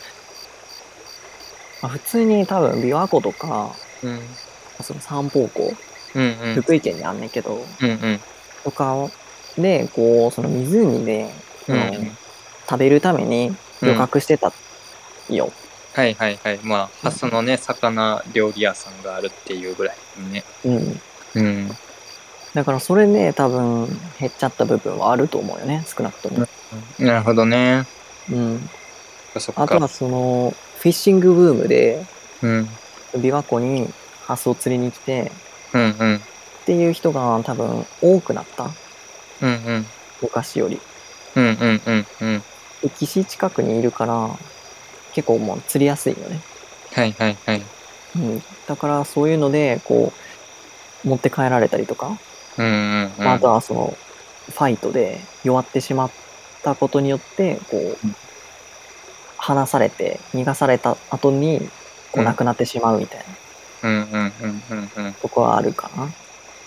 あ。普通に多分琵琶湖とか、 うん。 その三方湖、 うんうん。 福井県にあんねんけど、 うんうん。 とかで、こう、その湖で、その、 うんうん。 食べるために漁うん。 獲してたよ。 はいはいはい。まあ、ハスのね、魚料理屋さんがあるっていうぐらいね。 うん。 うん。 だからそれで多分減っちゃった部分はあると思うよね、少なくとも。 なるほどね。 うん。 そっか。 あとはその、フィッシングブームで、 うん。 琵琶湖にハスを釣りに来て、 うんうん。 っていう人が多分多くなった。 うんうん。 昔より。 うんうんうんうん。 で岸近くにいるから、結構もう釣りやすいよね。 はいはいはい。 うん。だからそういうので、こう、持って帰られたりとか、 うんうんうん。 まあ、あとはその、ファイトで弱ってしまったことによって、こう、離されて、逃がされた後に、こう、亡くなってしまうみたいなうんうんうんうんうん。 とこはあるかな。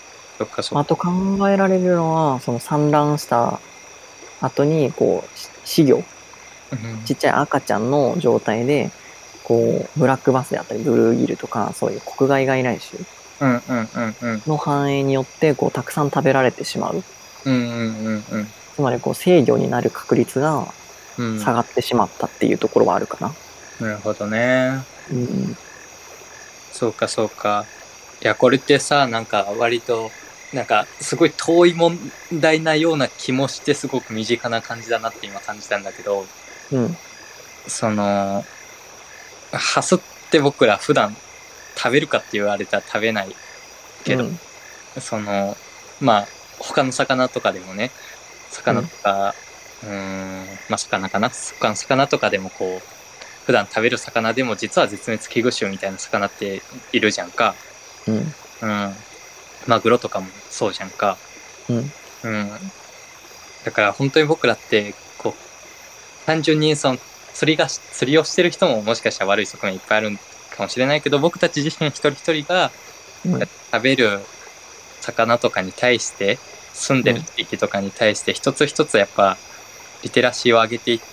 そっかそっか。 あと考えられるのは、その産卵した後に、こう、し死魚、 うんちっちゃい赤ちゃんの状態で、こう、ブラックバスであったり、ブルーギルとか、そういう国外外来種うんうんうんうん。 の繁栄によって、こう、たくさん食べられてしまう。 うんうんうんうん。 つまり、こう、制御になる確率がうん。 下がってしまったっていうところはあるかな。 なるほどね。 うん。 そうかそうか。いや、これってさ、なんか割と、なんかすごい遠い問題なような気もして、すごく身近な感じだなって今感じたんだけど、 うん。 その、ハスって僕ら普段食べるかって言われたら食べないけど、 うん。 その、まあ、他の魚とかでもね、魚とか、うーん、まあ魚かな他の魚とかでもこう、普段食べる魚でも実は絶滅危惧種みたいな魚っているじゃんか。 うん。 うん。マグロとかもそうじゃんか。 うん。 うん。だから本当に僕らって、こう、単純にその釣りが、釣りをしてる人ももしかしたら悪い側面いっぱいあるかもしれないけど、僕たち自身一人一人がうん。 食べる魚とかに対して、住んでる地域とかに対して一つ一つやっぱリテラシーを上げていって、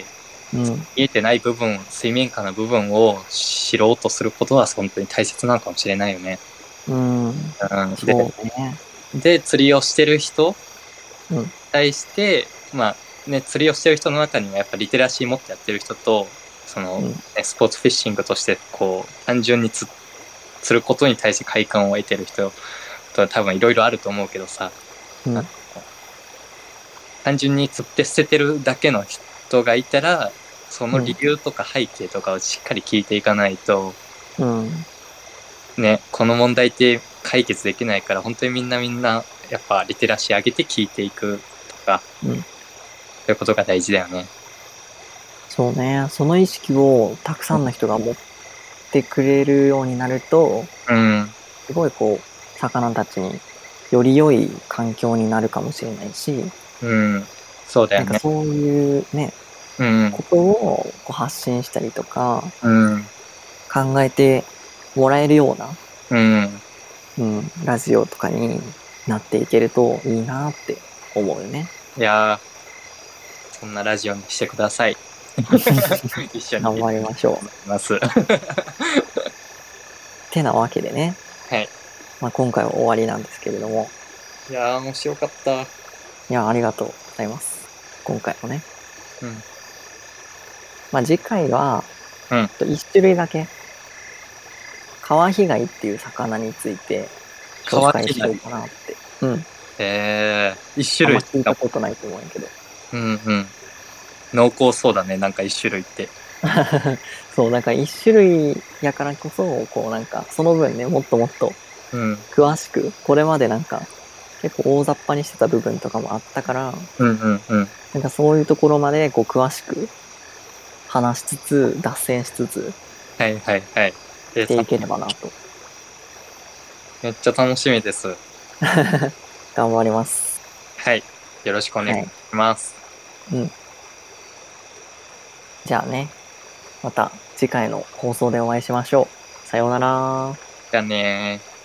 うん。 見えてない部分、水面下の部分を知ろうとすることは本当に大切なのかもしれないよね。 うん。 うん、 そうで、 ね。 で、釣りをしてる人うん。 対して、まあね、釣りをしてる人の中にはやっぱリテラシー持ってやってる人と、その、 うん。 ね、スポーツフィッシングとしてこう単純につ釣ることに対して快感を得てる人とは多分いろいろあると思うけどさ、 うん。 単純に釣って捨ててるだけの人がいたら、そのうん。 理由とか背景とかをしっかり聞いていかないと、 うん。 ね、この問題って解決できないから、本当にみんなみんなやっぱリテラシー上げて聞いていくとか、 うん。 そういうことが大事だよね。 そうね。その意識をたくさんの人が持ってくれるようになると、 うん、 すごいこう、魚たちにより良い環境になるかもしれないし、 うん、そうだよね。 なんかそういうね、 うん、 ことをこう発信したりとか、 うん、 考えてもらえるような、 うん。 うん、ラジオとかになっていけるといいなって思うよね。 いやー、そんなラジオにしてください。一緒に頑張りましょう。 ます。 てなわけでね、 はい。 まあ、今回は終わりなんですけれども、 いやー、面白かった。 いや、ありがとうございます。今回もね。 うん。 まあ、次回は、 うんと一種類だけ、カワヒガイっていう魚について紹介しようかなって。うん。 えー、一種類あんま聞いたことないと思うんやけど。 うんうん。濃厚そうだね、なんか一種類って。 そう、なんか一種類やからこそ、こうなんか、その分ね、もっともっとうん。 詳しく、これまでなんか、結構大雑把にしてた部分とかもあったから、 うんうんうん。 なんかそういうところまでこう詳しく話しつつ、脱線しつつはいはいはい。えー、 していければなと。 めっちゃ楽しみです。 頑張ります。 はい。よろしくお願いしはい。 ます。 うん。じゃあね、また次回の放送でお会いしましょう。さようなら。 じゃあねー。